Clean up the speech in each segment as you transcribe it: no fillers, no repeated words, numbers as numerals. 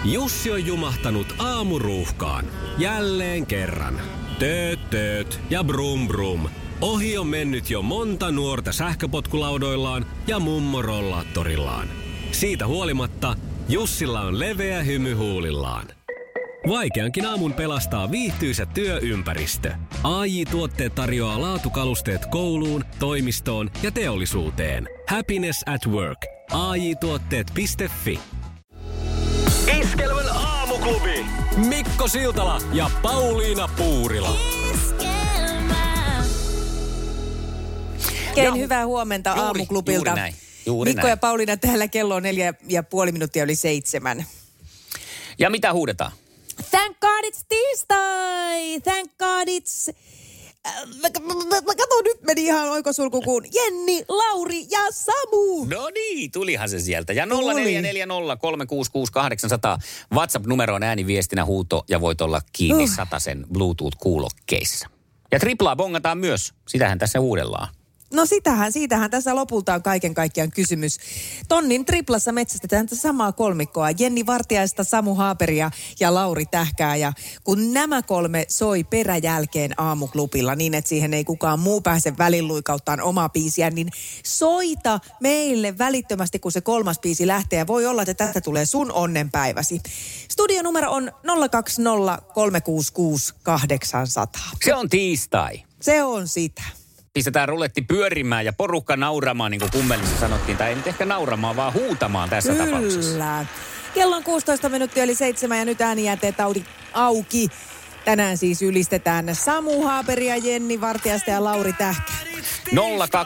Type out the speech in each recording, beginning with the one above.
Jussi on jumahtanut aamuruuhkaan. Jälleen kerran. Tööt ja brum brum. Ohi on mennyt jo monta nuorta sähköpotkulaudoillaan ja mummorollaattorillaan. Siitä huolimatta Jussilla on leveä hymy huulillaan. Vaikeankin aamun pelastaa viihtyisä työympäristö. AJ-tuotteet tarjoaa laatukalusteet kouluun, toimistoon ja teollisuuteen. Happiness at work. AJ-tuotteet.fi. Iskelmän aamuklubi. Mikko Siltala ja Pauliina Puurila. Oikein hyvää huomenta aamuklubilta. Juuri näin. Mikko ja Pauliina täällä, kello on 4,5 minuuttia yli 7. Ja mitä huudetaan? Thank God it's tiistai! Thank God it's... Mä katson, nyt meni ihan oikosulkukuun. Jenni, Lauri ja Samu. No niin, tulihan se sieltä. Ja 0440366800. WhatsApp-numero on ääniviestinä huuto ja voit olla kiinni 100 Bluetooth-kuulokkeissa. Ja triplaa bongataan myös. Sitähän tässä huudellaan. No siitähän tässä lopulta on kaiken kaikkiaan kysymys. Tonnin triplassa metsästetään tätä samaa kolmikkoa. Jenni Vartiaista, Samu Haaperia ja Lauri Tähkää. Ja kun nämä kolme soi peräjälkeen aamuklubilla niin, että siihen ei kukaan muu pääse väliluikauttaan omaa biisiä, niin soita meille välittömästi, kun se kolmas biisi lähtee. Ja voi olla, että tästä tulee sun onnenpäiväsi. Studionumero on 020366800. Se on tiistai. Se on sitä. Pistetään ruletti pyörimään ja porukka nauramaan, niin kuin kummelissa sanottiin. Tai ei nyt ehkä nauramaan, vaan huutamaan tässä tapauksessa. Kyllä. Kello on 16 minuuttia yli 7 ja nyt äänijäteet auki. Tänään siis ylistetään Samu Haaperia, Jenni Vartiaista ja Lauri Tähkä. 020366800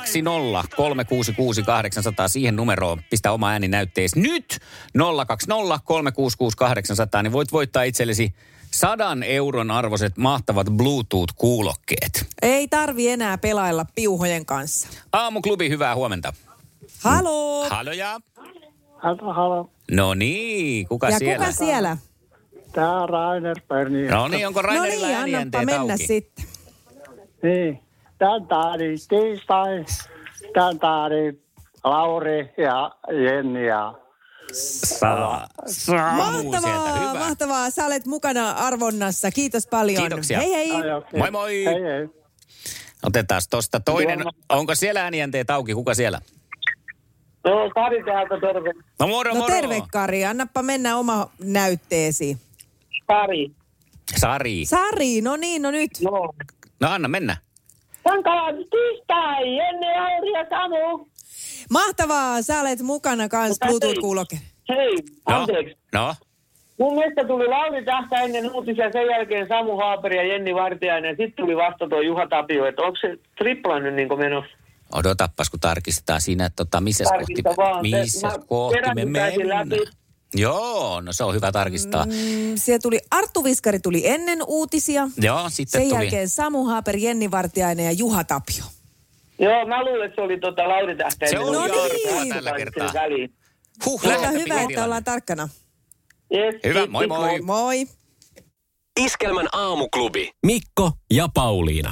siihen numeroon. Pistä oma ääni näytteesi nyt 020366800, niin voit voittaa itsellesi 100 euron arvoiset mahtavat Bluetooth-kuulokkeet. Ei tarvi enää pelailla piuhojen kanssa. Aamuklubi, hyvää huomenta. Haloo! Haloja. Halo. No niin, kuka ja siellä? kuka siellä? Tää on Rainer Perni. No niin, onko Rainerilla annappa äänienteet mennä auki? sitten. Niin. Tän taadi tiistai. Tän taadi Lauri ja Jenni ja... Samu sieltä, hyvä. Mahtavaa. Sä olet mukana arvonnassa. Kiitos paljon. Kiitoksia. Hei hei. Ai, okay. Moi moi. Hei hei. Otetaan tosta toinen. Onko siellä äänienteet auki? Kuka siellä? No, Kari täältä terve. No moro, No moro. terve Kari. Annappa mennä oma näytteesi. Kari. Sari. Sari, no niin, no nyt. No. No anna mennä. Tän taadi tiistai. Jenni, Lauri ja Samu. Mahtavaa. Sä olet mukana kans Bluetooth-kuulokke. Hei, anteeksi. No. Mun mielestä tuli Lauri Tähkä ennen uutisia, sen jälkeen Samu Haaperi ja Jenni Vartiainen. Sitten tuli vasta tuo Juha Tapio, että onko se triplannut niin kuin menossa? Odotappas, kun tarkistetaan siinä, että missä kohti me mennään. Joo, no se on hyvä tarkistaa. Siellä tuli Arttu Viskari tuli ennen uutisia. Joo, sitten sen tuli. jälkeen Samu Haaperi, Jenni Vartiainen ja Juha Tapio. Joo, mä luulen, että se oli Lauri Tähkä. Se oli No Arttua niin. tällä kertaa. Mutta hyvä, että ollaan tarkkana. Yes, Hyvä, moi moi. Moi. Iskelmän aamuklubi. Mikko ja Pauliina.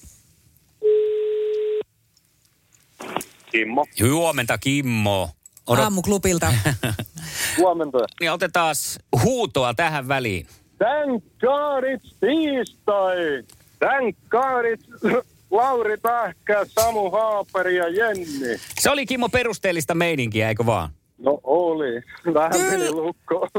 Kimmo. Huomenta, Kimmo. Aamuklubilta. Huomenta. Niin otetaan huutoa tähän väliin. Thank God it's tiistai. Thank God it's Lauri Tähkä, Samu Haaperi ja Jenni. Se oli, Kimmo, perusteellista meininkiä, eikö vaan? No oli. Vähän meni lukkoon.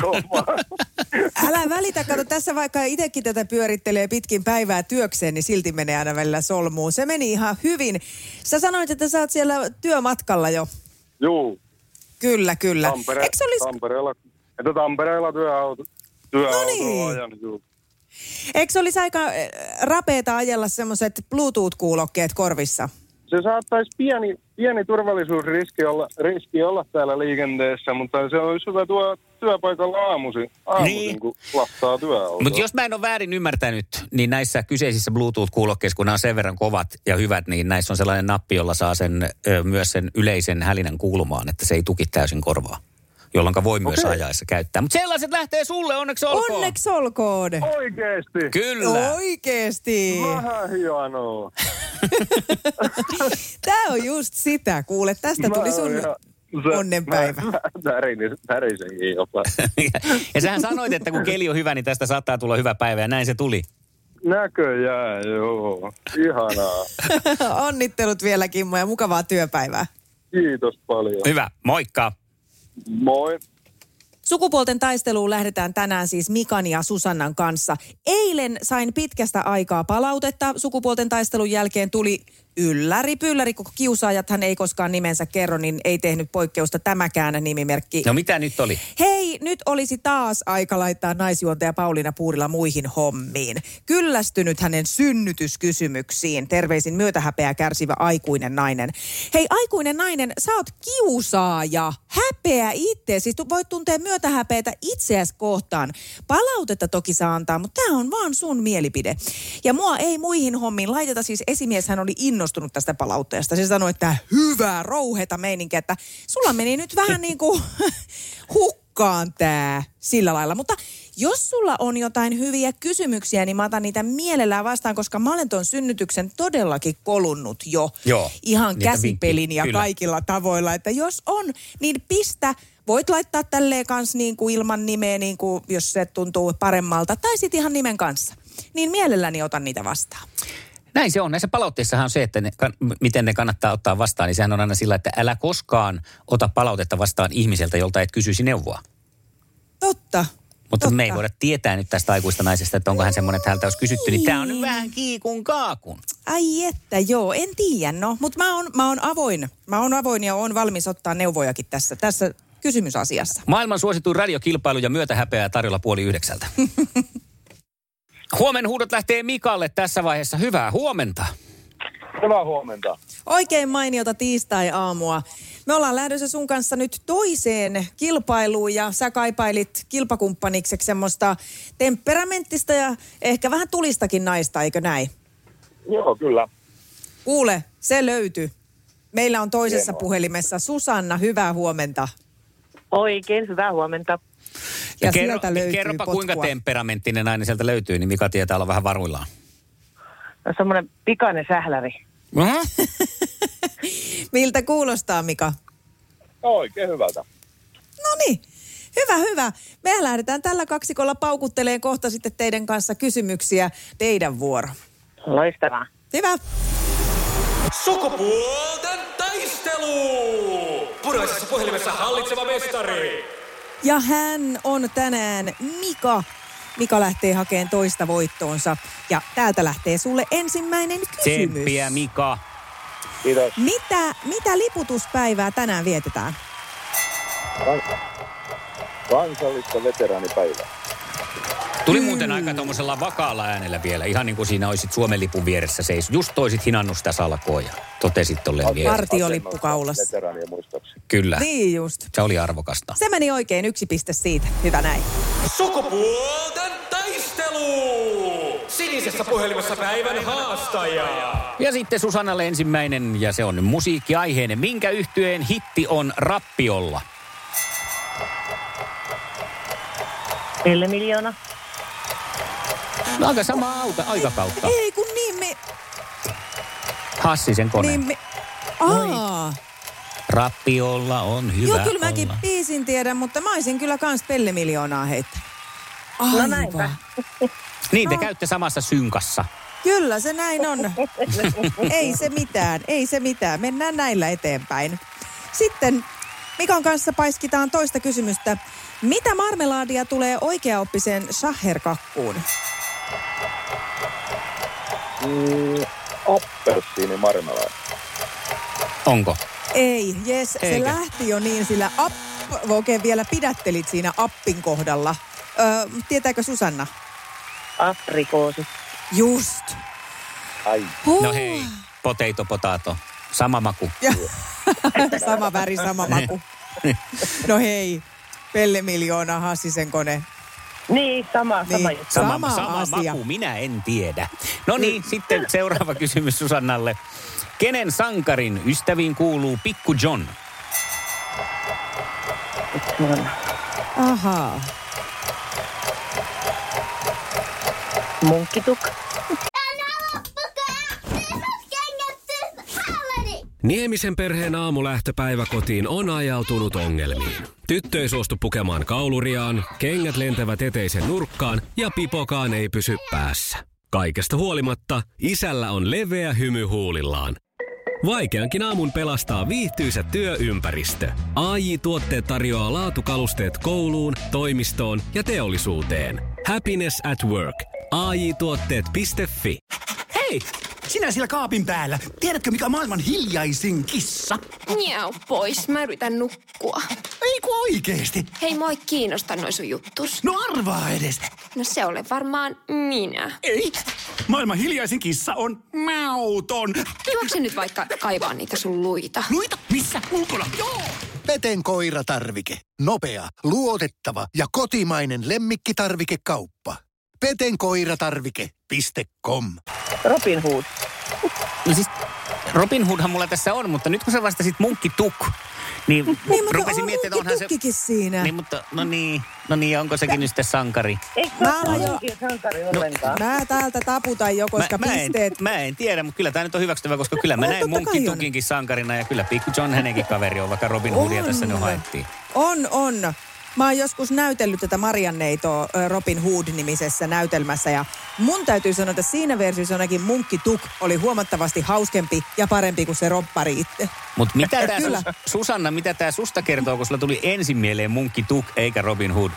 Älä välitä, kato tässä vaikka itsekin tätä pyörittelee pitkin päivää työkseen, niin silti menee aina välillä solmuun. Se meni ihan hyvin. Sä sanoit, että sä oot siellä työmatkalla jo. Juu. Kyllä. Tampereella työauto No niin. ajan. Juu. Eikö olisi aika rapeeta ajella semmoiset Bluetooth-kuulokkeet korvissa? Se saattaisi pieni turvallisuusriski olla täällä liikenteessä, mutta se olisi hyvä työpaikalla aamuisin Niin. kun lastaa työautoa. Mutta jos mä en ole väärin ymmärtänyt, niin näissä kyseisissä Bluetooth-kuulokkeissa, kun nämä on sen verran kovat ja hyvät, niin näissä on sellainen nappi, jolla saa myös sen yleisen hälinän kuulumaan, että se ei tuki täysin korvaa. Jolloin voi myös ajaessa käyttää. Mutta sellaiset lähtee sulle, onneksi olkoon. Onneksi olkoon. Oikeesti? Kyllä. Oikeesti. Vähän hienoa. Tää on just sitä, kuule. Tästä tuli sun onnenpäivä. Tärisenkin jopa. Ja sähän sanoit, että kun keli on hyvä, niin tästä saattaa tulla hyvä päivä ja näin se tuli. Näköjään, joo. Ihanaa. Onnittelut vielä, Kimmo, ja mukavaa työpäivää. Kiitos paljon. Hyvä, moikka. Moi. Sukupuolten taisteluun lähdetään tänään siis Mikan ja Susannan kanssa. Eilen sain pitkästä aikaa palautetta. Sukupuolten taistelun jälkeen tuli ylläri, kun kiusaajathan ei koskaan nimensä kerro, niin ei tehnyt poikkeusta tämäkään nimimerkki. No mitä nyt oli? Hei, nyt olisi taas aika laittaa naisjuontaja Pauliina Puurila muihin hommiin. Kyllästynyt hänen synnytyskysymyksiin. Terveisin myötähäpeää kärsivä aikuinen nainen. Hei, aikuinen nainen, sä oot kiusaaja. Häpeä itse. Siis voit tuntea myötähäpeätä itseäsi kohtaan. Palautetta toki saa antaa, mutta tää on vaan sun mielipide. Ja mua ei muihin hommiin laiteta. Siis esimies hän oli innostunut tästä palautteesta. Se sanoi, että hyvää rouheta meininkiä, että sulla meni nyt vähän niin kuin hukkaan tää sillä lailla. Mutta jos sulla on jotain hyviä kysymyksiä, niin mä otan niitä mielellään vastaan, koska mä olen ton synnytyksen todellakin kolunnut jo. Joo, ihan käsipelin ja kyllä, kaikilla tavoilla. Että jos on, niin pistä. Voit laittaa tälleen kanssa niin kuin ilman nimeä, niin kuin jos se tuntuu paremmalta. Tai sitten ihan nimen kanssa. Niin mielelläni otan niitä vastaan. Näin se on. Näissä palautteissahan on se, että miten ne kannattaa ottaa vastaan. Niin sehän on aina sillä, että älä koskaan ota palautetta vastaan ihmiseltä, jolta et kysyisi neuvoa. Totta. Mutta me ei voida tietää nyt tästä aikuista naisesta, että onko hän semmoinen, että häneltä olisi kysytty, niin tämä on nyt vähän kiikun kaakun. Ai että joo, en tiedä no. Mutta mä oon avoin. Mä oon avoin ja oon valmis ottaa neuvojakin tässä kysymysasiassa. Maailman suosituin radiokilpailu ja myötähäpeää tarjolla 8:30. Huomen huudot lähtee Mikalle tässä vaiheessa. Hyvää huomenta. Hyvää huomenta. Oikein mainiota tiistai-aamua. Me ollaan lähdössä sun kanssa nyt toiseen kilpailuun ja sä kaipailit kilpakumppanikseksi semmoista temperamenttista ja ehkä vähän tulistakin naista, eikö näin? Joo, kyllä. Kuule, se löytyi. Meillä on toisessa puhelimessa Susanna, hyvää huomenta. Oikein hyvää huomenta. Ja sieltä löytyy kerropa potkua. kuinka temperamenttinen nainen sieltä löytyy, niin Mika tietää olla vähän varuillaan. No, semmoinen pikainen sähläri. Miltä kuulostaa, Mika? Oikein hyvältä. No niin, hyvä. Me lähdetään tällä kaksikolla paukutteleen kohta sitten teidän kanssa kysymyksiä. Teidän vuoro. Loistavaa. Hyvä. Sukupuolten taistelu! Punaisessa puhelimessa hallitseva mestari. Ja hän on tänään Mika. Mika lähtee hakemaan toista voittoonsa. Ja täältä lähtee sulle ensimmäinen kysymys. Tsemppiä, Mika. Kiitos. Mitä liputuspäivää tänään vietetään? Kansallista veteraanipäivää. Tuli muuten aika tuommoisella vakaalla äänellä vielä. Ihan niin kuin siinä olisit Suomen lipun vieressä seis. Just toisit hinannut sitä salkoa ja totesit tolleen vielä. Partiolippu kaulassa. Veteraania muistoksi. Kyllä. Niin just. Se oli arvokasta. Se meni oikein, 1 piste siitä. Hyvä näin. Sukupuolten taistelu! Sinisessä puhelimessa päivän haastaja. Ja sitten Susannalle ensimmäinen, ja se on musiikkiaiheinen. Minkä yhtyeen hitti on Rappiolla? 4 miljoonaa. No, aika sama aikakautta. Ei kun niin me... Hassisen kone. Niin me... Rappiolla on hyvä Joo, kyllä mäkin olla. biisin tiedän, mutta mä olisin kyllä kans Pelle Miljoonaa heittänyt. No näinpä. Niin, te käytte samassa synkassa. Kyllä se näin on. Ei se mitään. Mennään näillä eteenpäin. Sitten Mikan kanssa paiskitaan toista kysymystä. Mitä marmelaadia tulee oikeaoppiseen shaher-kakkuun? Appelsiinimarmelaadi. Onko? Ei, jes, se Eikä. lähti jo niin, sillä oikein vielä pidättelit siinä appin kohdalla. Tietääkö Susanna? Aprikoosi. Just. Ai. No hei, potato. Sama maku. Ja, sama väri, sama maku. No hei, Pelle Miljoona, Hassisen kone. Niin, sama Niin. juttu. Sama asia. maku, minä en tiedä. No niin, sitten seuraava kysymys Susannalle. Kenen sankarin ystäviin kuuluu Pikku John? Ahaa. Munkkituk. Niemisen perheen aamulähtöpäivä kotiin on ajautunut ongelmiin. Tyttö ei suostu pukemaan kauluriaan, kengät lentävät eteisen nurkkaan ja pipokaan ei pysy päässä. Kaikesta huolimatta, isällä on leveä hymy huulillaan. Vaikeankin aamun pelastaa viihtyisä työympäristö. AJ Tuotteet tarjoaa laatukalusteet kouluun, toimistoon ja teollisuuteen. Happiness at work. AJ-tuotteet.fi. Hei! Sinä siellä kaapin päällä. Tiedätkö, mikä on maailman hiljaisin kissa? Miau pois, mä yritän nukkua. Ei kun oikeesti. Hei, moi kiinnosta noi sun juttus. No arvaa edes. No se ole varmaan minä. Ei. Maailman hiljaisin kissa on mauton. Juokse nyt vaikka kaivaa niitä sun luita. Luita? Missä? Ulkona? Joo! Peten koiratarvike. Nopea, luotettava ja kotimainen lemmikkitarvikekauppa. petenkoiratarvike.com. Robin Hood. No siis Robin Hoodhan mulla tässä on, mutta nyt kun sä vastasit Munkki Tuk, niin rupesin miettimään, että onhan se... siinä. Niin, mutta no niin, onko sekin nyt sitten sankari? Eikö sankari ollenkaan? Mä täältä taputan jo, koska pisteet... Mä en tiedä, mutta kyllä tää nyt on hyväksyttävä, koska kyllä mä näin Munkki Tukinkin sankarina ja kyllä Big John hänenkin kaveri on, vaikka Robin Hoodia tässä nyt haettiin. On. Mä oon joskus näytellyt tätä Marianneitoa Robin Hood-nimisessä näytelmässä ja mun täytyy sanoa, että siinä versiossa ainakin Munkki Tuk oli huomattavasti hauskempi ja parempi kuin se roppari itse. Mutta mitä tää Susanna, mitä tää susta kertoo, kun sulla tuli ensin mieleen Munkki Tuk eikä Robin Hood?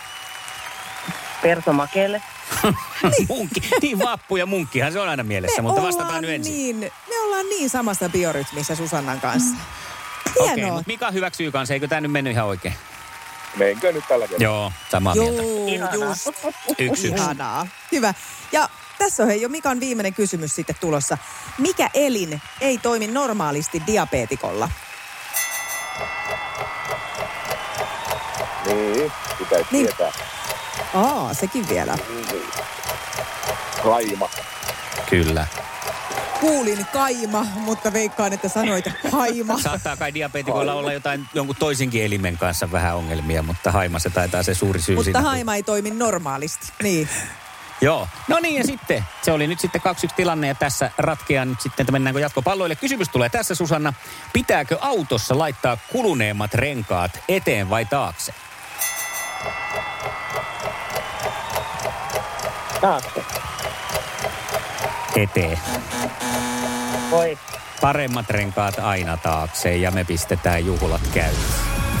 Perto Makelle. Munkki, niin Vappu ja Munkkihan se on aina mielessä, mutta vastataan nyt ensin. Me ollaan niin samassa biorytmissä Susannan kanssa. Hienoa. Okei, mutta Mika hyväksyy kanssa, eikö tää nyt mennyt ihan oikein? Menkö nyt tällä kertaa? Joo, samaa mieltä. Just. 1-1. Ihanaa. Hyvä. Ja tässä on jo Mikan viimeinen kysymys sitten tulossa. Mikä elin ei toimi normaalisti diabeetikolla? Niin, pitäisi tietää. Sekin vielä. Kaima. Kyllä. Kuulin kaima, mutta veikkaan, että sanoit haima. Saattaa kai diabeetikoilla olla jonkun toisenkin elimen kanssa vähän ongelmia, mutta haima se taitaa se suuri syy mutta siinä. haima ei toimi normaalisti, niin. Joo. No niin, ja sitten se oli nyt sitten 2-1 tilanne ja tässä ratkeaa nyt sitten, että mennäänkö jatkopalloille. Kysymys tulee tässä, Susanna. Pitääkö autossa laittaa kuluneemmat renkaat eteen vai taakse? Taakse. Eteen. Voi. Paremmat renkaat aina taakse ja me pistetään juhlat käyntiin.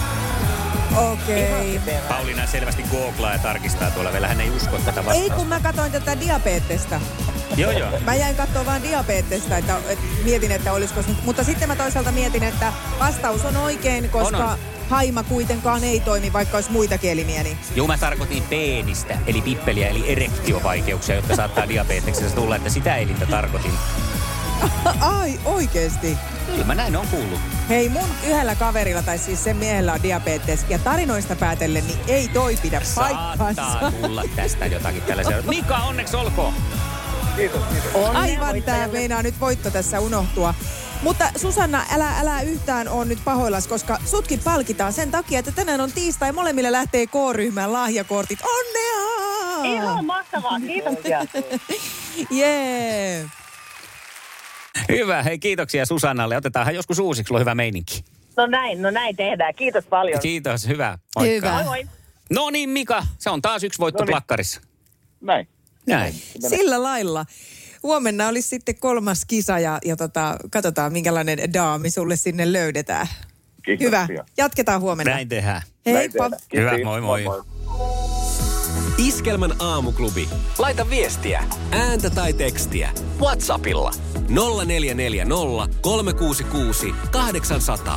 Okei. Pauliina selvästi googlaa ja tarkistaa tuolla. Vielä hän ei usko tätä vastausta. Ei kun mä katsoin tätä diabeettesta. Joo. Mä jäin katsoa vaan diabeettesta, että mietin, että olisiko... Mutta sitten mä toisaalta mietin, että vastaus on oikein, koska haima kuitenkaan ei toimi, vaikka olisi muitakin elimiä. Niin... Joo, mä tarkoitin peenistä, eli pippeliä, eli erektiovaikeuksia, jotka saattaa diabeteksestä tulla, että sitä elintä tarkoitin. Ai, oikeesti? Kyllä mä näin on kuullut. Hei, mun yhdellä kaverilla, tai siis sen miehellä on diabetes, ja tarinoista päätellen, niin ei toi pidä paikkaansa. Saattaa tulla tästä jotakin tällaisia. Mika, onneksi olkoon. Kiitos. Aivan, tää meinaa nyt voitto tässä unohtua. Mutta Susanna, älä yhtään ole nyt pahoillas, koska sutkin palkitaan sen takia, että tänään on tiistai. Molemmille lähtee K-ryhmän lahjakortit. Onnea! Ihan mahtavaa, kiitoksia. Jee! Hyvä, hei kiitoksia Susannalle. Otetaanhan joskus uusiksi, sulla on hyvä meininki. No näin tehdään. Kiitos paljon. Kiitos, hyvä. Moikka. Hyvä. Moi. No niin Mika, se on taas 1 voitto plakkarissa. Näin. Sillä lailla. Huomenna olisi sitten 3. kisa ja katsotaan minkälainen daami sulle sinne löydetään. Kiitoksia. Hyvä, jatketaan huomenna. Näin tehdään. Heippa. Hyvä, moi. Iskelmän aamuklubi. Laita viestiä, ääntä tai tekstiä. WhatsAppilla 0440 366 800.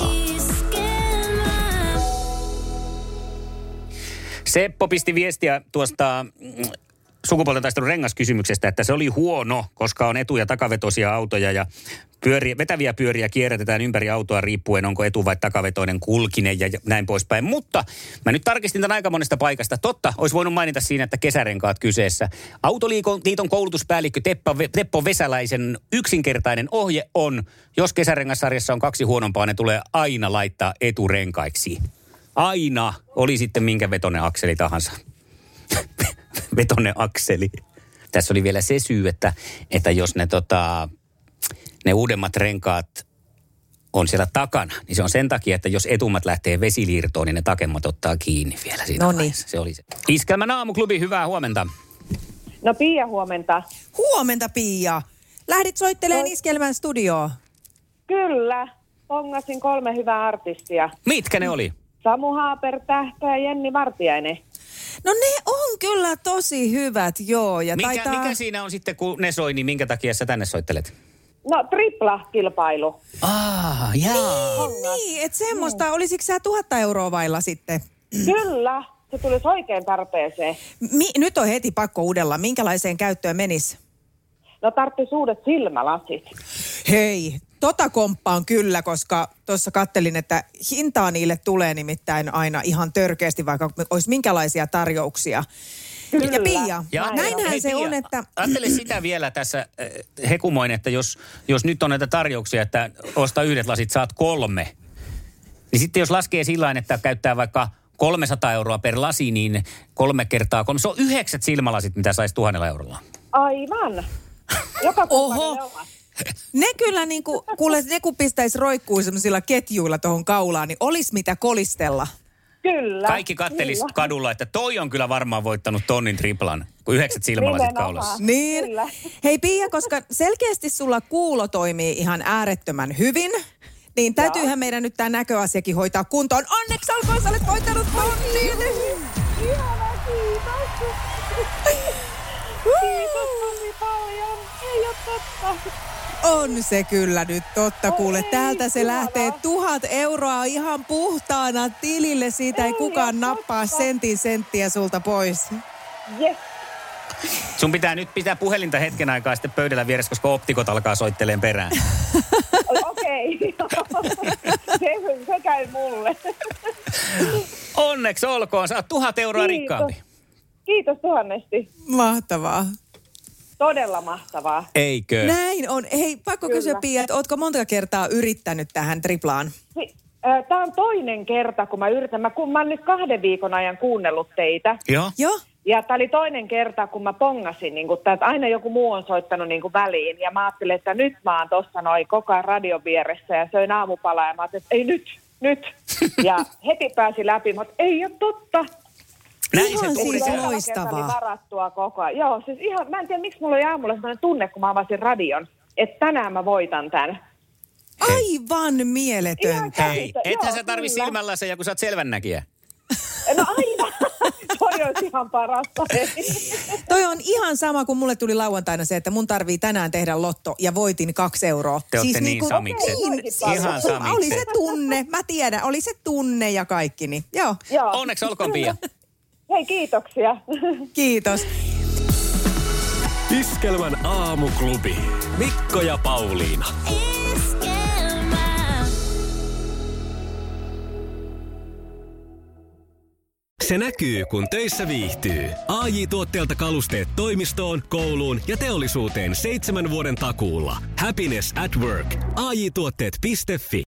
Seppo pisti viestiä tuosta sukupuolten taistelun rengaskysymyksestä, että se oli huono, koska on etu- ja takavetoisia autoja ja vetäviä pyöriä kierrätetään ympäri autoa riippuen, onko etu- vai takavetoinen kulkinen ja näin poispäin. Mutta mä nyt tarkistin tämän aika monesta paikasta. Totta, olisi voinut mainita siinä, että kesärenkaat kyseessä. Autoliiton koulutuspäällikkö Teppo Vesäläisen yksinkertainen ohje on, jos kesärengassarjassa on 2 huonompaa, ne tulee aina laittaa eturenkaiksi. Aina, oli sitten minkä vetoinen akseli tahansa. Vetoinen akseli. Tässä oli vielä se syy, että jos ne uudemmat renkaat on siellä takana, niin se on sen takia, että jos etummat lähtee vesiliirtoon, niin ne takemmat ottaa kiinni vielä siinä vaiheessa. Se oli se. Iskelmän aamuklubi, hyvää huomenta. No Pia, huomenta. Huomenta, Pia. Lähdit soittelemaan Iskelmän studioon. Kyllä. Pongasin 3 hyvää artistia. Mitkä ne oli? Samu Haaper-Tähkä ja Jenni Vartiainen. No ne on kyllä tosi hyvät, joo. Ja mikä siinä on sitten, kun ne soi, niin minkä takia sä tänne soittelet? No tripla-kilpailu. Niin, että semmoista. Olisitko sä 1 000 euroa vailla sitten? Kyllä, se tulisi oikein tarpeeseen. Nyt on heti pakko uudella. Minkälaiseen käyttöön menisi? No tarvitsisi uudet silmälasit. Hei, komppaan kyllä, koska tuossa kattelin, että hintaa niille tulee nimittäin aina ihan törkeästi, vaikka olisi minkälaisia tarjouksia. Kyllä. Ja Pia, ja näinhän se Pia, on, että... Ajattele sitä vielä tässä hekumoin, että jos nyt on näitä tarjouksia, että osta 1 lasit, saat 3. Niin sitten jos laskee sillain, että käyttää vaikka 300 euroa per lasi, niin 3 kertaa 3. Se on 9 silmälasit, mitä saisi 1 000 eurolla. Aivan. Joka kuukauden ovat. Ne kyllä niinku, kuule, ne kun pistäisi roikkuu semmoisilla ketjuilla tuohon kaulaan, niin olisi mitä kolistella. Kyllä. Kaikki kattelis kadulla, että toi on kyllä varmaan voittanut tonnin triplan, kun 9 silmälasit kaulassa. Niin. Kyllä. Hei Pia, koska selkeästi sulla kuulo toimii ihan äärettömän hyvin, niin täytyyhän meidän nyt tämä näköasiakin hoitaa kuntoon. Onneksi olkoon, sä olet voittanut tonnin! Ihana, kiitos. Kiitos tosi paljon. Ei ole totta. On se kyllä nyt totta, kuule. Täältä se lähtee 1 000 euroa ihan puhtaana tilille. Siitä ei kukaan nappaa sentin senttiä sulta pois. Yes. Sun pitää nyt pitää puhelinta hetken aikaa sitten pöydällä vieressä, koska optikot alkaa soitteleen perään. Okei. Se käy mulle. Onneksi olkoon, saat 1 000 euroa rikkaampi. Kiitos tuhannesti. Mahtavaa. Todella mahtavaa. Eikö? Näin on. Hei, pakko kysyä Pia, että ootko monta kertaa yrittänyt tähän triplaan? Tämä on toinen kerta, kun mä yritän. Mä oon nyt 2 viikon ajan kuunnellut teitä. Joo. Ja tämä oli toinen kerta, kun mä pongasin, niin että aina joku muu on soittanut niin kuin väliin. Ja mä ajattelin, että nyt mä oon tossa noin koko ajan radion vieressä ja söin aamupalaa. Ja mä ajattelin, että ei nyt. Ja heti pääsi läpi, mutta ei ole totta. Näin se tuli. tuli. Loistavaa. Varattua koko ajan. Joo, siis ihan, mä en tiedä, miksi mulla oli aamulla sellainen tunne, kun mä avasin radion, että tänään mä voitan tämän. Aivan mieletöntä. Hei, ethän sä tarvi silmänlaseja, kun sä oot selvännäkijä. No aivan. Toi olisi ihan parasta. Toi on ihan sama, kun mulle tuli lauantaina se, että mun tarvii tänään tehdä lotto ja voitin 2 euroa. Te olette niin samikset. Ihan samikset. Oli se tunne, mä tiedän, oli se tunne ja kaikki, niin joo. Onneksi olkoon, Pia. Hei, kiitoksia. Kiitos. Iskelmän aamuklubi. Mikko ja Pauliina. Se näkyy, kun töissä viihtyy. AJ-tuotteelta kalusteet toimistoon, kouluun ja teollisuuteen 7 vuoden takuulla. Happiness at work. AJ-tuotteet.fi